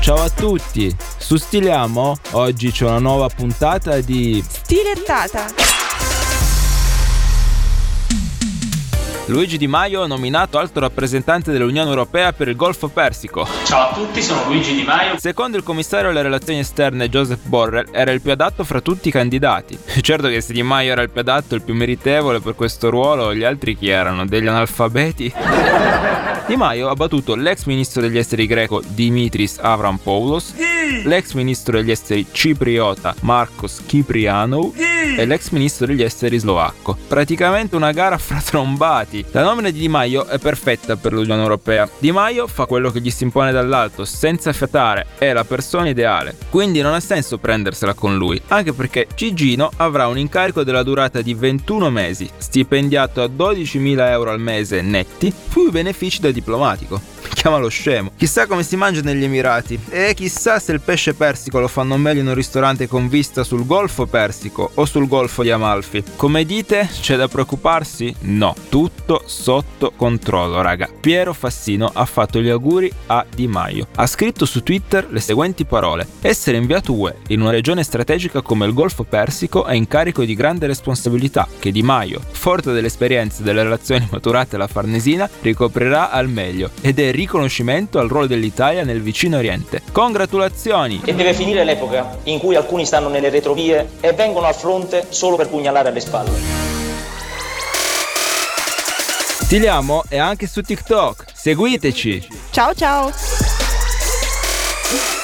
Ciao a tutti, su Stiliamo oggi c'è una nuova puntata di Stilettata. Luigi Di Maio nominato alto rappresentante dell'Unione Europea per il Golfo Persico. Ciao a tutti, sono Luigi Di Maio. Secondo il commissario alle relazioni esterne Joseph Borrell era il più adatto fra tutti i candidati. Certo che se Di Maio era il più adatto, il più meritevole per questo ruolo, gli altri chi erano? Degli analfabeti? Di Maio ha battuto l'ex ministro degli esteri greco Dimitris Avramopoulos, l'ex ministro degli esteri cipriota Marcos Kyprianou e l'ex ministro degli esteri slovacco. Praticamente una gara fra trombati. La nomina di Di Maio è perfetta per l'Unione Europea. Di Maio fa quello che gli si impone dall'alto, senza fiatare, è la persona ideale. Quindi non ha senso prendersela con lui, anche perché Gigino avrà un incarico della durata di 21 mesi, stipendiato a 12.000 euro al mese netti, più i benefici da diplomatico. Chiamalo scemo. Chissà come si mangia negli Emirati e chissà se il pesce persico lo fanno meglio in un ristorante con vista sul Golfo Persico o sul Golfo di Amalfi. Come dite, c'è da preoccuparsi? No, tutto sotto controllo, raga. Piero Fassino ha fatto gli auguri a Di Maio. Ha scritto su Twitter le seguenti parole: essere inviato UE in una regione strategica come il Golfo Persico è incarico di grande responsabilità che Di Maio, forte delle esperienze e delle relazioni maturate alla Farnesina, ricoprirà al meglio ed è riconoscimento al ruolo dell'Italia nel vicino Oriente. Congratulazioni! E deve finire l'epoca in cui alcuni stanno nelle retrovie e vengono al fronte solo per pugnalare alle spalle. Stiliamo è anche su TikTok. Seguiteci! Ciao ciao.